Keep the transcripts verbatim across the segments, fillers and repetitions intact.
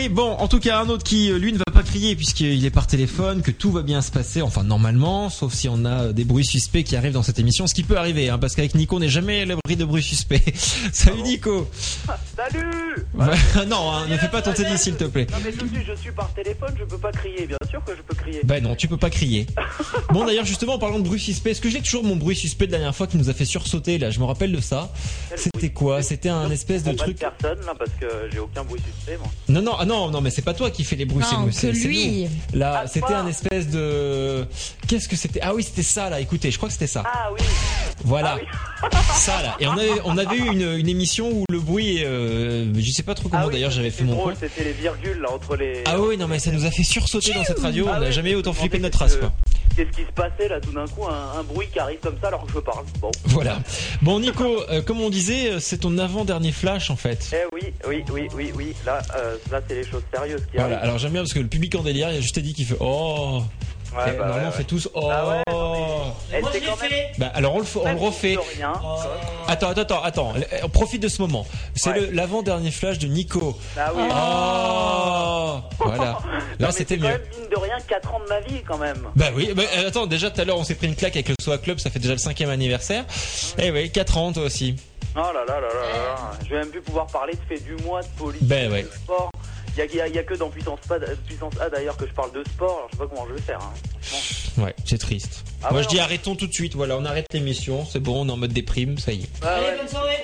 Et bon, en tout cas, un autre qui, lui, ne va pas crier puisqu'il est par téléphone, que tout va bien se passer, enfin normalement, sauf si on a des bruits suspects qui arrivent dans cette émission, ce qui peut arriver, hein, parce qu'avec Nico, on n'est jamais à l'abri de bruits suspects. Salut ah bon Nico. Salut. Ouais. Non, hein, ne fais pas ton tennis s'il te plaît. Non mais tout de suite, je suis par téléphone, je peux pas crier, bien sûr que je peux crier. Ben non, tu peux pas crier. Bon d'ailleurs, justement, en parlant de bruit suspect, est-ce que j'ai toujours mon bruit suspect de la dernière fois qui nous a fait sursauter, là, je me rappelle de ça. C'était quoi? C'était un espèce de truc... personne, là, parce que j'ai aucun bruit suspect, moi. Non, non, ah non, non, mais c'est pas toi qui fais les bruits, non, c'est, c'est lui. nous. Là, ah, c'était toi. Un espèce de... Qu'est-ce que c'était? Ah oui, c'était ça, là, écoutez, je crois que c'était ça. Ah oui. Voilà. Ah, oui. Ça, là. Et on avait, on avait eu une, une émission où le bruit, euh, je sais pas trop comment ah, oui, d'ailleurs j'avais fait mon drôle, point. C'était les virgules, là, entre les... Ah oui, non, mais ça nous a fait sursauter dans cette radio, ah, on n'a oui, jamais eu autant flippé de notre que... race, quoi. Qu'est-ce qui se passait là tout d'un coup, un, un bruit qui arrive comme ça alors que je parle. Bon. Voilà. Bon Nico, euh, comme on disait, c'est ton avant-dernier flash en fait. Eh oui, oui, oui, oui, oui. Là, euh, là c'est les choses sérieuses qui voilà. arrivent. Alors j'aime bien parce que le public en délire, il a juste dit qu'il fait oh. Ouais, bah, normalement ouais, on fait ouais. tous oh. Ah ouais, non, mais... Moi je l'ai fait. même... Bah alors on le, on le refait. Rien. Oh. Attends, attends, attends, attends. On profite de ce moment. C'est ouais. le, l'avant-dernier flash de Nico. Ah oui. Oh. Voilà. Là non, c'était c'est mieux. Quand même, mine de rien, quatre ans de ma vie quand même. Bah oui. Bah, attends, déjà tout à l'heure on s'est pris une claque avec le S O A Club, ça fait déjà le cinquième anniversaire. Ouais. Eh oui, quatre ans toi aussi. Oh là là là là là. Je vais même plus pouvoir parler de fait du mois, de politique, ben ouais. de sport. Il y, y, y a que dans Puissance, pas, Puissance A d'ailleurs que je parle de sport, alors je sais pas comment je vais faire. Hein. Bon. Ouais, c'est triste. Ah Moi ouais, je dis arrêtons tout de suite, voilà, on arrête l'émission, c'est bon, on est en mode déprime, ça y est. Ah Allez, ouais, bonne soirée.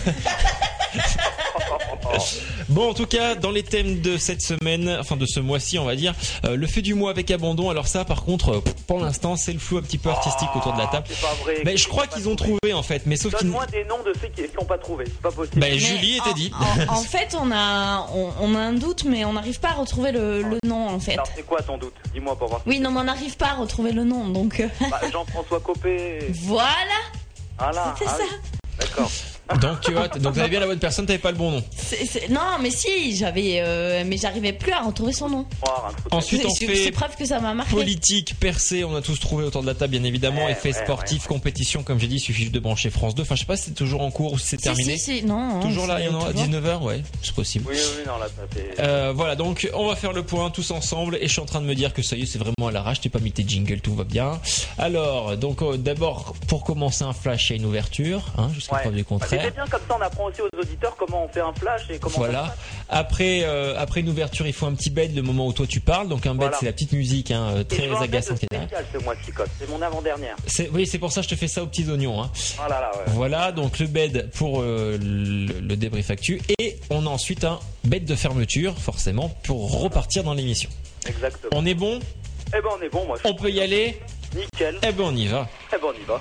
Bon, en tout cas, dans les thèmes de cette semaine, enfin de ce mois-ci, on va dire, euh, le fait du mois avec abandon. Alors ça, par contre, euh, pour l'instant, c'est le flou un petit peu artistique oh, autour de la table. C'est pas vrai. Mais je crois qu'ils ont trouvé en fait, mais sauf qu'ils. Donne-moi des noms de ceux qui n'ont pas trouvé, c'est pas possible. Bah, Julie était dit. En, en fait, on a, on, on a un doute, mais on n'arrive pas à retrouver le, le nom en fait. Alors c'est quoi ton doute? Dis-moi pour voir. Oui, non, mais on n'arrive pas à retrouver le nom, donc. Bah, Jean-François Copé. Voilà. Voilà. C'était ah, ça. Oui. D'accord. Donc tu vois, donc t'avais bien la bonne personne, t'avais pas le bon nom. C'est, c'est... Non, mais si, j'avais, euh, mais j'arrivais plus à retrouver son nom. Ensuite, on c'est, fait c'est preuve que ça m'a marqué. Politique, percée, on a tous trouvé autour de la table, bien évidemment. Ouais, Effets ouais, sportifs, ouais, ouais. compétition, comme j'ai dit, il suffit juste de brancher France deux. Enfin, je sais pas si c'est toujours en cours ou si c'est si, terminé. Si, si, non. Toujours là, il y en a à toujours. dix-neuf heures, ouais, c'est possible. Oui, oui, non, là, ça fait. Euh, voilà, donc on va faire le point tous ensemble. Et je suis en train de me dire que ça y est, c'est vraiment à l'arrache. T'es pas mis tes jingles, tout va bien. Alors, donc euh, d'abord, pour commencer un flash, il y a une ouverture, hein, jusqu'à ouais. preuve du contraire. C'est bien comme ça, on apprend aussi aux auditeurs comment on fait un flash et comment. Voilà. Après, euh, après une ouverture, il faut un petit bed le moment où toi tu parles. Donc un bed, voilà. C'est la petite musique, hein, très agaçante. C'est spécial ce mois-ci, c'est mon avant-dernière. C'est, oui, c'est pour ça que je te fais ça aux petits oignons. Hein. Oh là là, ouais. Voilà, donc le bed pour euh, le, le débrief actu et on a ensuite un bed de fermeture, forcément, pour repartir dans l'émission. Exactement. On est bon? Eh ben on est bon, moi. Je on peut y aller? Nickel. Eh ben on y va. Eh ben on y va.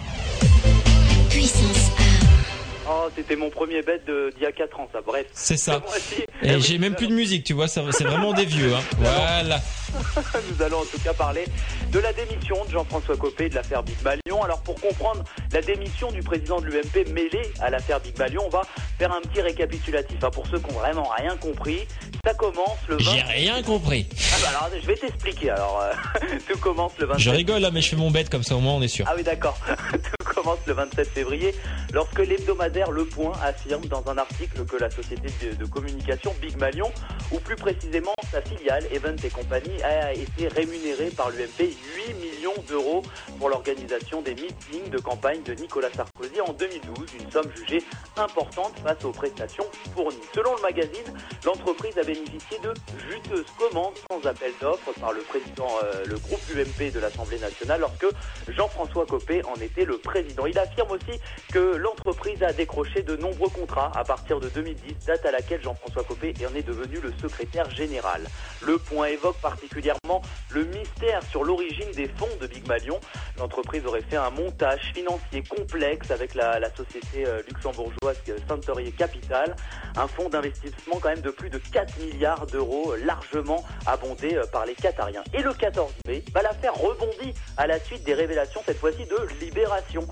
Puissance. Oh, c'était mon premier bet de, d'il y a quatre ans, ça. Bref. C'est ça. Et eh j'ai oui, même plus de musique, tu vois, ça, c'est vraiment des vieux. Hein. Voilà. Nous allons en tout cas parler de la démission de Jean-François Copé et de l'affaire Big Malion. Alors pour comprendre la démission du président de l'U M P mêlée à l'affaire Big Malion, on va faire un petit récapitulatif. Hein, pour ceux qui n'ont vraiment rien compris, ça commence le vingt... J'ai rien compris. Ah bah alors, je vais t'expliquer. Alors, euh, tout commence le vingt-sept... Je rigole là, mais je fais mon bet comme ça au moins on est sûr. Ah oui, d'accord. Tout commence le vingt-sept février, lorsque l'hebdomadaire Le Point affirme dans un article que la société de, de communication Big Malion, ou plus précisément sa filiale Event et compagnie, a été rémunérée par l'U M P huit millions d'euros pour l'organisation des meetings de campagne de Nicolas Sarkozy en deux mille douze, une somme jugée importante face aux prestations fournies. Selon le magazine, l'entreprise a bénéficié de juteuses commandes sans appel d'offres par le président, euh, le groupe U M P de l'Assemblée nationale lorsque Jean-François Copé en était le président. Il affirme aussi que l'entreprise a décroché de nombreux contrats à partir de deux mille dix, date à laquelle Jean-François Copé en est devenu le secrétaire général. Le Point évoque particulièrement le mystère sur l'origine des fonds de Big Malion. L'entreprise aurait fait un montage financier complexe avec la, la société euh, luxembourgeoise Centurier Capital, un fonds d'investissement quand même de plus de quatre milliards d'euros, largement abondé euh, par les Qatariens. Et le quatorze mai, bah, l'affaire rebondit à la suite des révélations, cette fois-ci de Libération.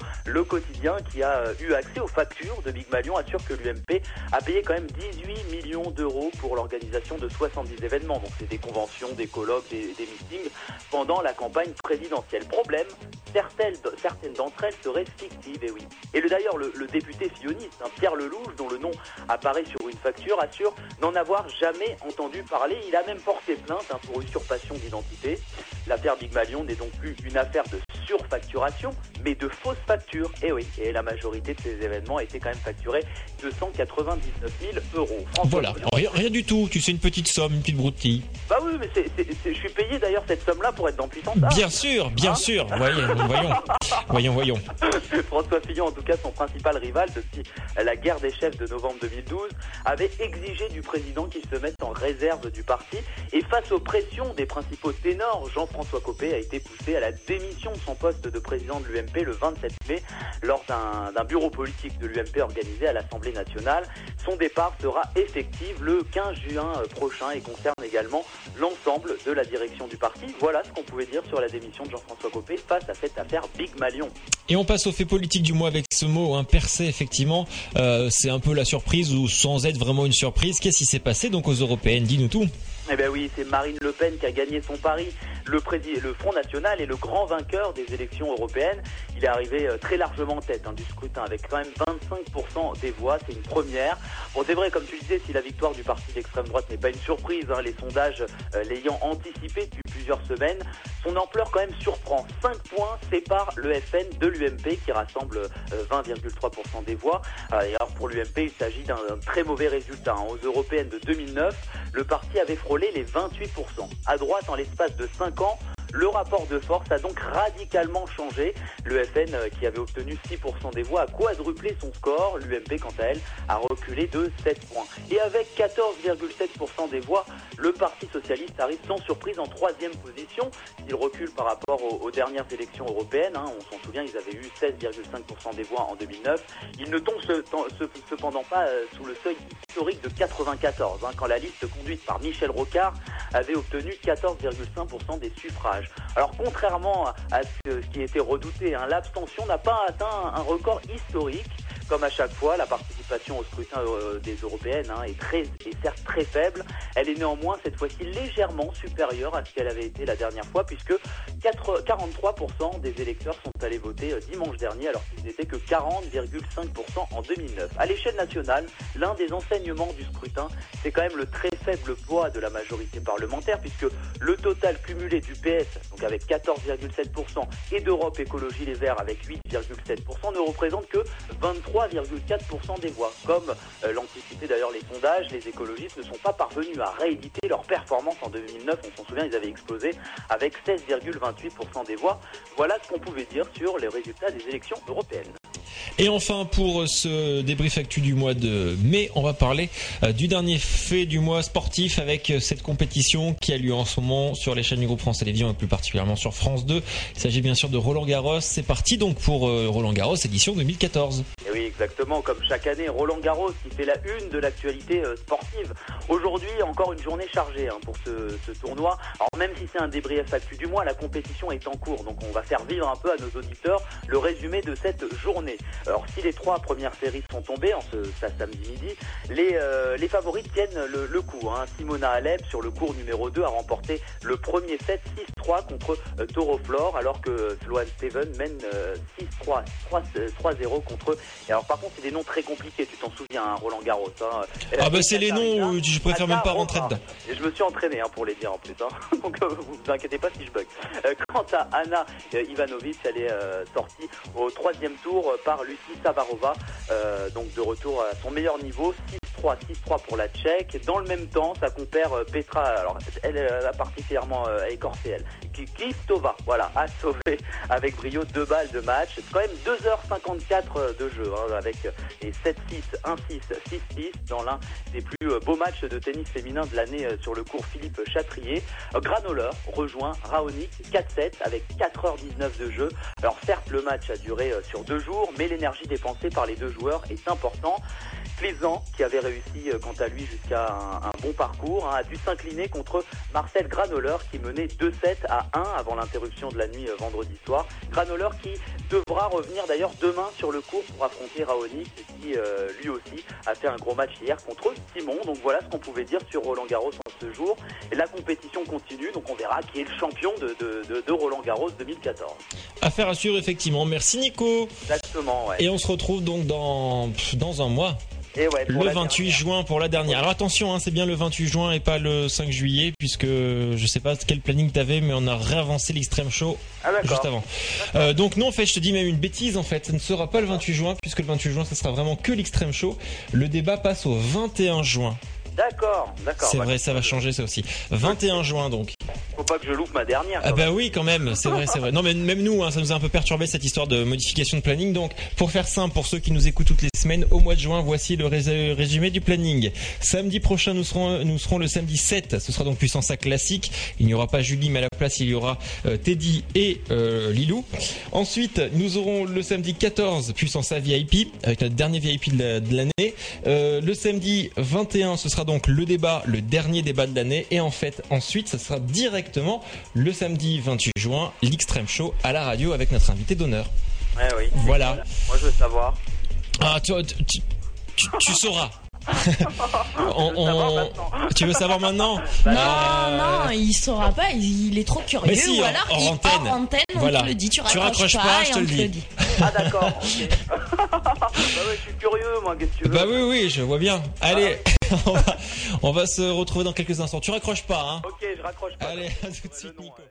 Le quotidien qui a eu accès aux factures de Big Malion assure que l'U M P a payé quand même dix-huit millions d'euros pour l'organisation de soixante-dix événements. Donc c'est des conventions, des colloques, des, des meetings pendant la campagne présidentielle. Problème, certaines, certaines d'entre elles seraient fictives, et oui. Et le, d'ailleurs, le, le député filloniste, hein, Pierre Lelouch, dont le nom apparaît sur une facture, assure n'en avoir jamais entendu parler. Il a même porté plainte hein, pour usurpation d'identité. L'affaire Big Malion n'est donc plus une affaire de surfacturation, mais de fausses factures. Et oui, et la majorité de ces événements étaient quand même facturés deux cent quatre-vingt-dix-neuf mille euros. François voilà, rien, rien du tout, tu sais, une petite somme, une petite broutille. Bah oui, mais c'est, c'est, c'est, je suis payé d'ailleurs cette somme-là pour être dans Puissance Art. Bien sûr, bien hein sûr, voyons, voyons, voyons, voyons. François Fillon, en tout cas son principal rival depuis la guerre des chefs de novembre deux mille douze, avait exigé du président qu'il se mette en réserve du parti. Et face aux pressions des principaux ténors, Jean-François Copé a été poussé à la démission de son poste de président de l'U M P le vingt-sept mai lors d'un, d'un bureau politique de l'U M P organisé à l'Assemblée nationale. Son départ sera effectif le quinze juin prochain et concerne également l'ensemble de la direction du parti. Voilà ce qu'on pouvait dire sur la démission de Jean-François Copé face à cette affaire Big Malion. Et on passe au fait politique du mois avec ce mot, hein, percé effectivement. Euh, c'est un peu la surprise ou sans être vraiment une surprise. Qu'est-ce qui s'est passé donc aux européennes? Dis-nous tout. Eh bien oui, c'est Marine Le Pen qui a gagné son pari. Le, président, le Front National est le grand vainqueur des élections européennes. Il est arrivé très largement en tête hein, du scrutin avec quand même vingt-cinq pour cent des voix. C'est une première. Bon, c'est vrai, comme tu le disais, si la victoire du parti d'extrême droite n'est pas une surprise, hein, les sondages euh, l'ayant anticipé depuis plusieurs semaines, son ampleur quand même surprend. cinq points séparent le F N de l'U M P qui rassemble euh, vingt virgule trois pour cent des voix. Euh, et alors pour l'U M P, il s'agit d'un, d'un très mauvais résultat. Hein. Aux européennes de deux mille neuf, le parti avait frôlé les vingt-huit pour cent. À droite, en l'espace de cinq ans, le rapport de force a donc radicalement changé. Le F N, qui avait obtenu six pour cent des voix, a quadruplé son score. L'U M P, quant à elle, a reculé de sept points. Et avec quatorze virgule sept pour cent des voix, le Parti socialiste arrive sans surprise en troisième position. Il recule par rapport aux, aux dernières élections européennes. Hein. On s'en souvient, ils avaient eu seize virgule cinq pour cent des voix en deux mille neuf. Il ne tombe ce, ce, cependant pas euh, sous le seuil historique de quatre-vingt-quatorze, hein, quand la liste conduite par Michel Rocard avait obtenu quatorze virgule cinq pour cent des suffrages. Alors contrairement à ce qui était redouté, hein, l'abstention n'a pas atteint un record historique. Comme à chaque fois, la participation au scrutin euh, des européennes hein, est, très, est certes très faible. Elle est néanmoins cette fois-ci légèrement supérieure à ce qu'elle avait été la dernière fois, puisque quarante-trois pour cent des électeurs sont allés voter euh, dimanche dernier, alors qu'ils n'étaient que quarante virgule cinq pour cent en deux mille neuf. À l'échelle nationale, l'un des enseignements du scrutin, c'est quand même le très faible poids de la majorité parlementaire, puisque le total cumulé du P S, donc avec quatorze virgule sept pour cent, et d'Europe Écologie Les Verts avec huit virgule sept pour cent, ne représente que vingt-trois virgule quatre pour cent des voix. Comme euh, l'anticipaient d'ailleurs les sondages, les écologistes ne sont pas parvenus à rééditer leur performance en deux mille neuf. On s'en souvient, ils avaient explosé avec seize virgule vingt-huit pour cent des voix. Voilà ce qu'on pouvait dire sur les résultats des élections européennes. Et enfin, pour ce débrief actu du mois de mai, on va parler du dernier fait du mois sportif avec cette compétition qui a lieu en ce moment sur les chaînes du groupe France Télévisions et plus particulièrement sur France deux. Il s'agit bien sûr de Roland Garros. C'est parti donc pour Roland Garros édition deux mille quatorze. Et oui, exactement. Comme chaque année, Roland Garros qui fait la une de l'actualité sportive. Aujourd'hui, encore une journée chargée hein, pour ce, ce tournoi. Alors même si c'est un débrief actu du mois, la compétition est en cours. Donc on va faire vivre un peu à nos auditeurs le résumé de cette journée. Alors si les trois premières séries sont tombées en ce ça, samedi midi, les, euh, les favoris tiennent le, le coup. Hein. Simona Halep sur le court numéro deux a remporté le premier set six trois contre euh, Toro Flor, alors que Sloane Steven mène euh, six trois, trois zéro contre... Et alors par contre c'est des noms très compliqués, tu t'en souviens hein, Roland Garros. Hein. Ah bah c'est les noms où je préfère même pas rentrer dedans. Et je me suis entraîné hein, pour les dire en plus, hein. Donc euh, vous vous inquiétez pas si je bug. Euh, quant à Anna euh, Ivanovic, elle est euh, sortie au troisième tour euh, par Lucie Savarova, euh, donc de retour à son meilleur niveau, six trois, six trois pour la Tchèque. Dans le même temps, sa compère euh, Petra, alors elle a particulièrement euh, écorché elle, Kvitova, voilà, a sauvé avec brio deux balles de match. C'est quand même deux heures cinquante-quatre de jeu, hein, avec les sept six, un six, six six dans l'un des plus beaux matchs de tennis féminin de l'année sur le cours Philippe Chatrier. Granoller rejoint Raonic quatre sept avec quatre heures dix-neuf de jeu. Alors certes, le match a duré sur deux jours, mais l'énergie dépensée par les deux joueurs est importante. Clézan, qui avait réussi euh, quant à lui jusqu'à un, un bon parcours, hein, a dû s'incliner contre Marcel Granollers qui menait deux sept à un avant l'interruption de la nuit euh, vendredi soir. Granollers qui devra revenir d'ailleurs demain sur le court pour affronter Raonic, qui euh, lui aussi a fait un gros match hier contre Simon. Donc voilà ce qu'on pouvait dire sur Roland Garros en ce jour. Et la compétition continue, donc on verra qui est le champion de, de, de, de Roland Garros deux mille quatorze. Affaire à suivre effectivement. Merci Nico. Exactement, ouais. Et on se retrouve donc dans, dans un mois. Et ouais, le vingt-huit juin pour la dernière. Alors attention, hein, c'est bien le vingt-huit juin et pas le cinq juillet, puisque je sais pas quel planning t'avais, mais on a réavancé l'Extreme Show ah, juste avant. Euh, donc non, en fait, je te dis même une bêtise, en fait, ça ne sera pas le vingt-huit juin, puisque le vingt-huit juin, ça sera vraiment que l'Extreme Show. Le débat passe au vingt et un juin. D'accord, d'accord. C'est bah, vrai, ça va changer ça aussi. vingt et un juin donc. Faut pas que je loupe ma dernière. Ah bah oui quand même, c'est vrai, c'est vrai. Non mais même nous, hein, ça nous a un peu perturbé cette histoire de modification de planning. Donc pour faire simple, pour ceux qui nous écoutent toutes les semaines, au mois de juin, voici le rés- résumé du planning. Samedi prochain, nous serons, nous serons le samedi sept. Ce sera donc Puissance A classique. Il n'y aura pas Julie, mais à la place il y aura euh, Teddy et euh, Lilou. Ensuite, nous aurons le samedi quatorze Puissance A V I P avec notre dernier V I P de, la, de l'année. Euh, le samedi vingt et un, ce sera donc le débat, le dernier débat de l'année. Et en fait, ensuite, ce sera directement le samedi vingt-huit juin, l'Extreme Show à la radio avec notre invité d'honneur. Ouais, oui. Voilà. Moi, je veux savoir. Ah, tu, tu, tu, tu sauras. on, on... Tu veux savoir maintenant? Non, euh... non, il saura pas, il, il est trop curieux. Mais si, ou en, alors, en il, antenne. hors antenne, on voilà. te le dit, tu raccroches, tu raccroches pas, pas je et te on le te dis. le dit. Ah d'accord, ok. Bah ouais, je suis curieux, moi, qu'est-ce que tu veux? Bah oui, oui, je vois bien. Allez, ah, on, va, on va se retrouver dans quelques instants. Tu raccroches pas, hein? Ok, je raccroche pas. Allez, à tout de suite, Nico.